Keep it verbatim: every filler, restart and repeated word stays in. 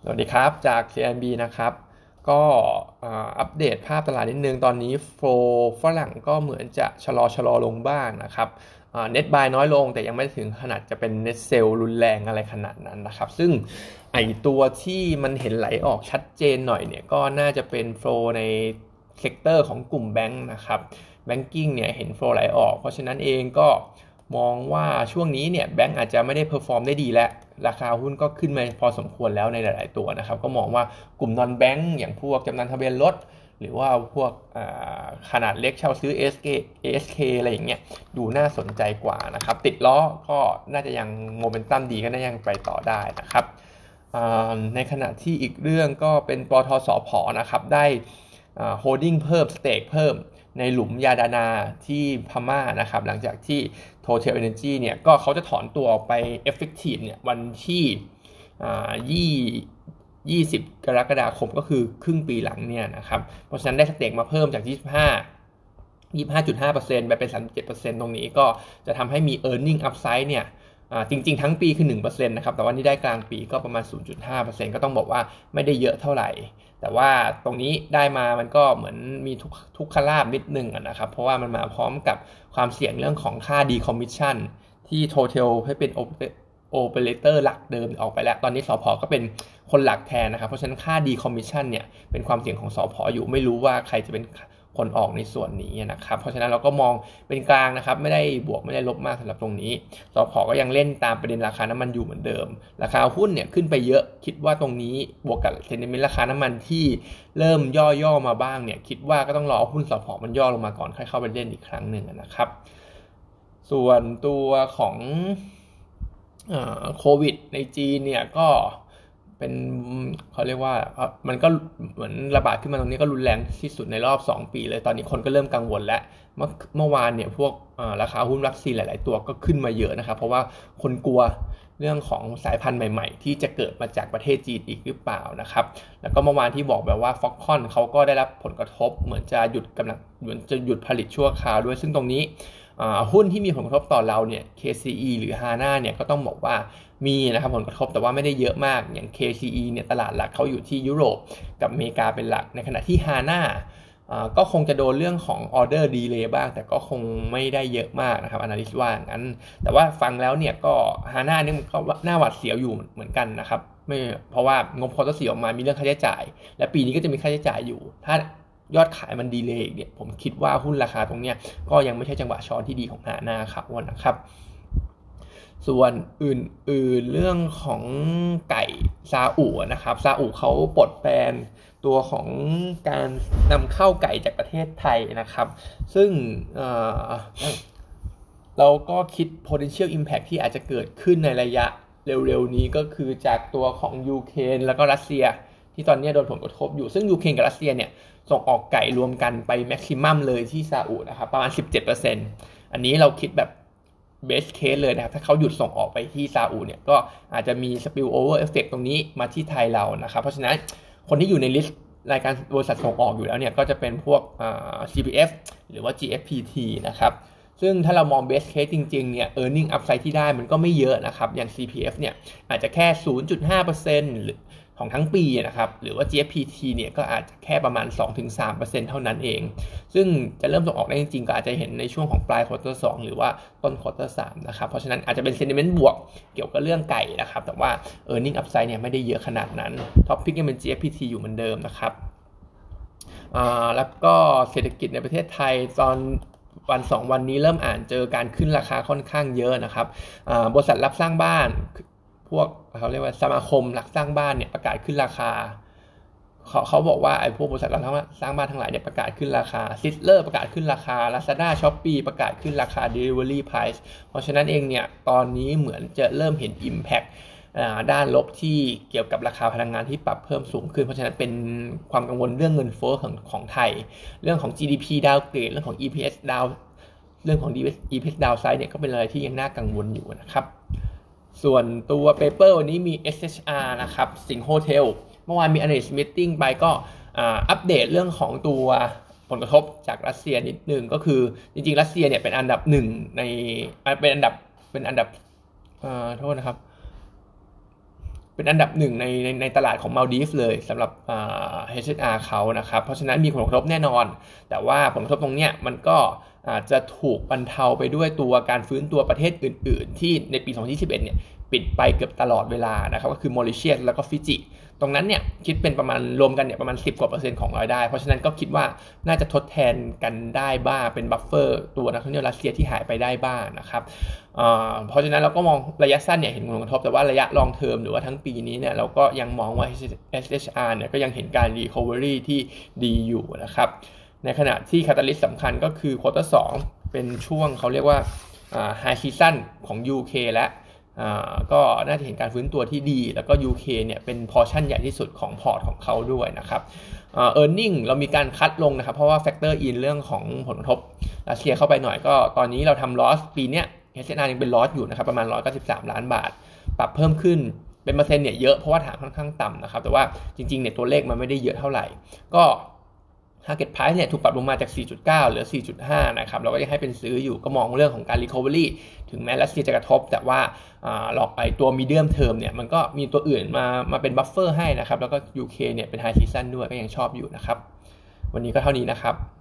สวัสดีครับจาก ซี เอ็น บี นะครับก็อัปเดตภาพตลาดนิดนึงตอนนี้โฟลฝรั่งก็เหมือนจะชะลอชะลอลงบ้างนะครับเน็ตบายน้อยลงแต่ยังไม่ถึงขนาดจะเป็นเน็ตเซลรุนแรงอะไรขนาดนั้นนะครับซึ่งไอตัวที่มันเห็นไหลออกชัดเจนหน่อยเนี่ยก็น่าจะเป็นโฟลในเซกเตอร์ของกลุ่มแบงค์นะครับแบงกิ้งเนี่ยเห็นโฟลไหลออกเพราะฉะนั้นเองก็มองว่าช่วงนี้เนี่ยแบงก์อาจจะไม่ได้เพอร์ฟอร์มได้ดีแล้วราคาหุ้นก็ขึ้นมาพอสมควรแล้วในหลายๆตัวนะครับก็มองว่ากลุ่มนอนแบงก์อย่างพวกจำนำทะเบียนรถหรือว่าพวกขนาดเล็กเช่าซื้อ เอ เอส เค เอ เอส เค อะไรอย่างเงี้ยดูน่าสนใจกว่านะครับติดล้อก็น่าจะยังโมเมนตัมดีก็น่ายังไปต่อได้นะครับในขณะที่อีกเรื่องก็เป็นปตท.สผ.นะครับได้โฮลดิ้งเพิ่มสเต็กเพิ่มในหลุมยาดานาที่พม่านะครับหลังจากที่ Total Energy เนี่ยก็เขาจะถอนตัวออกไป Effective เนี่ยวันที่ยี่ยี่สิบกรกฎาคมก็คือครึ่งปีหลังเนี่ยนะครับเพราะฉะนั้นได้สเต็กมาเพิ่มจากยี่สิบห้า ยี่สิบห้าจุดห้าเปอร์เซ็นต์ ไปเป็น สามสิบเจ็ดเปอร์เซ็นต์ ตรงนี้ก็จะทำให้มี Earning Upside เนี่ยจริงๆทั้งปีคือ หนึ่งเปอร์เซ็นต์ นะครับแต่ว่านี่ได้กลางปีก็ประมาณ ศูนย์จุดห้าเปอร์เซ็นต์ ก็ต้องบอกว่าไม่ได้เยอะเท่าไหร่แต่ว่าตรงนี้ได้มามันก็เหมือนมีทุกทุกขลาบนิดนึงนะครับเพราะว่ามันมาพร้อมกับความเสี่ยงเรื่องของค่า Decommission ที่ Total ให้เป็น Operator หลักเดิมออกไปแล้วตอนนี้สผ.ก็เป็นคนหลักแทนนะครับเพราะฉะนั้นค่า Decommission เนี่ยเป็นความเสี่ยงของสผ.อยู่ไม่รู้ว่าใครจะเป็นคนออกในส่วนนี้นะครับเพราะฉะนั้นเราก็มองเป็นกลางนะครับไม่ได้บวกไม่ได้ลบมากสำหรับตรงนี้สผ.ก็ยังเล่นตามประเด็นราคาน้ำมันอยู่เหมือนเดิมราคาหุ้นเนี่ยขึ้นไปเยอะคิดว่าตรงนี้บวกกับเซนติเมนต์ราคาน้ำมันที่เริ่มย่อๆมาบ้างเนี่ยคิดว่าก็ต้องรอหุ้นสผ.มันย่อลงมาก่อนค่อยเข้าไปเล่นอีกครั้งหนึ่งนะครับส่วนตัวของโควิดในจีนเนี่ยก็เป็นเขาเรียกว่ามันก็เหมือนระบาดขึ้นมาตรงนี้ก็รุนแรงที่สุดในรอบสองปีเลยตอนนี้คนก็เริ่มกังวลแล้วเมื่อเมื่อวานเนี่ยพวกราคาหุ้นวัคซีนหลายๆตัวก็ขึ้นมาเยอะนะครับเพราะว่าคนกลัวเรื่องของสายพันธุ์ใหม่ๆที่จะเกิดมาจากประเทศจีนอีกหรือเปล่านะครับแล้วก็เมื่อวานที่บอกแบบว่าฟ็อกคอนเขาก็ได้รับผลกระทบเหมือนจะหยุดกำลังเหมือนจะหยุดผลิตชั่วคราวด้วยซึ่งตรงนี้หุ้นที่มีผลกระทบต่อเราเนี่ย เค ซี อี หรือ Hana เนี่ยก็ต้องบอกว่ามีนะครับผลกระทบแต่ว่าไม่ได้เยอะมากอย่าง เค ซี อี เนี่ยตลาดหลักเขาอยู่ที่ยุโรปกับอเมริกาเป็นหลักในขณะที่ Hana ก็คงจะโดนเรื่องของออเดอร์ดีเลย์บ้างแต่ก็คงไม่ได้เยอะมากนะครับ Analyst ว่างั้นแต่ว่าฟังแล้วเนี่ยก็ Hana เนี่ยมันก็น่าหวาดเสียวอยู่เหมือนกันนะครับไม่เพราะว่างบควอเตอร์สี่ออกมามีเรื่องค่าใช้จ่ายและปีนี้ก็จะมีค่าใช้จ่ายอยู่ถ้ายอดขายมันดีเลย์เนี่ยผมคิดว่าหุ้นราคาตรงเนี้ยก็ยังไม่ใช่จังหวะช้อนที่ดีของHanaครับนะครับส่วนอื่นๆเรื่องของไก่ซาอุนะครับซาอุเขาปลดแบนตัวของการนำเข้าไก่จากประเทศไทยนะครับซึ่งเเราก็คิด potential impact ที่อาจจะเกิดขึ้นในระยะเร็วๆนี้ก็คือจากตัวของยูเครนแล้วก็รัสเซียที่ตอนนี้โดนผลกระทบอยู่ซึ่งยูเครนกับรัสเซียเนี่ยส่งออกไก่รวมกันไปแม็กซิมัมเลยที่ซาอุนะครับประมาณ สิบเจ็ดเปอร์เซ็นต์ อันนี้เราคิดแบบเบสเคสเลยนะครับถ้าเขาหยุดส่งออกไปที่ซาอุเนี่ยก็อาจจะมี spill over effect ตรงนี้มาที่ไทยเรานะครับเพราะฉะนั้นคนที่อยู่ในลิสต์รายการบริษัทส่งออกอยู่แล้วเนี่ยก็จะเป็นพวก ซี พี เอฟ หรือว่า จี เอฟ พี ที นะครับซึ่งถ้าเรามอง best case จริงๆเนี่ย earning upside ที่ได้มันก็ไม่เยอะนะครับอย่าง ซี พี เอฟ เนี่ยอาจจะแค่ ศูนย์จุดห้าเปอร์เซ็นต์ หรือของทั้งปีนะครับหรือว่า จี เอฟ พี ที เนี่ยก็อาจจะแค่ประมาณ สองถึงสามเปอร์เซ็นต์ เท่านั้นเองซึ่งจะเริ่มส่งออกได้จริงๆก็อาจจะเห็นในช่วงของปลายควอเตอร์สองหรือว่าต้นควอเตอร์สามนะครับเพราะฉะนั้นอาจจะเป็น sentiment บวกเกี่ยวกับเรื่องไก่นะครับแต่ว่า earning upside เนี่ยไม่ได้เยอะขนาดนั้น top pick ยังเป็น จี เอฟ พี ที อยู่เหมือนเดิมนะครับแล้วก็เศรษฐกิจในประเทศไทยตอนวันสองวันนี้เริ่มอ่านเจอการขึ้นราคาค่อนข้างเยอะนะครับบริษัทรับสร้างบ้านพวกเขาเรียกว่าสมาคมรับสร้างบ้านเนี่ยประกาศขึ้นราคาเขาเขาบอกว่าไอ้พวกบริษัทรับสร้างบ้านทั้งหลายเนี่ยประกาศขึ้นราคาซิสเลอร์ประกาศขึ้นราคา Lazada Shopee ประกาศขึ้นราคา Delivery Price เพราะฉะนั้นเองเนี่ยตอนนี้เหมือนจะเริ่มเห็น Impactด้านลบที่เกี่ยวกับราคาพลังงานที่ปรับเพิ่มสูงขึ้นเพราะฉะนั้นเป็นความกังวลเรื่องเงินเฟ้อของของไทยเรื่องของ จี ดี พี ดาวเกรดเรื่องของ อี พี เอส ดาวเรื่องของ อี พี เอส ดาวไซด์เนี่ยก็เป็นอะไรที่ยังน่ากังวลอยู่นะครับส่วนตัวเปเปอร์วันนี้มี เอส เอช อาร์ นะครับสิงห์โฮเทลเมื่อวานมี analyst meeting ไปก็อัปเดตเรื่องของตัวผลกระทบจากรัสเซียนิดนึงก็คือจริงๆรัสเซียเนี่ยเป็นอันดับหนึ่งในเป็นอันดับเป็นอันดับโทษนะครับเป็นอันดับหนึ่งในในในตลาดของมาลดีฟเลยสำหรับ เอช เอส อาร์ เขานะครับเพราะฉะนั้นมีผลกระทบแน่นอนแต่ว่าผลกระทบตรงเนี้ยมันก็อาจจะถูกบรรเทาไปด้วยตัวการฟื้นตัวประเทศอื่นๆที่ในปีสองพันยี่สิบเอ็ดเนี่ยปิดไปเกือบตลอดเวลานะครับก็คือมอริเชียสแล้วก็ฟิจิตรงนั้นเนี่ยคิดเป็นประมาณรวมกันเนี่ยประมาณสิบกว่าเปอร์เซ็นต์ของรายได้เพราะฉะนั้นก็คิดว่าน่าจะทดแทนกันได้บ้างเป็นบัฟเฟอร์ตัวนักท่องเที่ยวรัสเซียที่หายไปได้บ้างนะครับเพราะฉะนั้นเราก็มองระยะสั้นเนี่ยเห็นผลกระทบแต่ว่าระยะลองเทอมหรือว่าทั้งปีนี้เนี่ยเราก็ยังมองว่า เอช เอช อาร์ เนี่ยก็ยังเห็นการ recovery ที่ดีอยู่นะครับในขณะที่ catalyst สำคัญก็คือ quarter สองเป็นช่วงเขาเรียกว่า high season ของ ยู เค และก็น่าจะเห็นการฟื้นตัวที่ดีแล้วก็ ยู เค เนี่ยเป็นพอร์ชั่นใหญ่ที่สุดของพอร์ตของเขาด้วยนะครับเอ่อ earning เรามีการคัดลงนะครับเพราะว่า factor in เรื่องของผลกระทบรัสเซียเข้าไปหน่อยก็ตอนนี้เราทำ loss ปีเนี้ย เอช เอส อาร์ ยังเป็น loss อยู่นะครับประมาณหนึ่งร้อยเก้าสิบสามล้านบาทปรับเพิ่มขึ้นเป็นเปอร์เซ็นต์เนี่ยเยอะเพราะว่าฐานค่อนข้างต่ำนะครับแต่ว่าจริงๆเนี่ยตัวเลขมันไม่ได้เยอะเท่าไหร่ก็ target price เนี่ยถูกปรับลงมาจาก สี่จุดเก้า เหลือ สี่จุดห้า นะครับเราก็ยังให้เป็นซื้ออยู่ก็มองเรื่องของการ recovery ถึงแม้รัสเซียจะกระทบแต่ว่าหลอกไปตัว medium term เนี่ยมันก็มีตัวอื่นมามาเป็น buffer ให้นะครับแล้วก็ ยู เค เนี่ยเป็น high season ด้วยก็ยังชอบอยู่นะครับวันนี้ก็เท่านี้นะครับ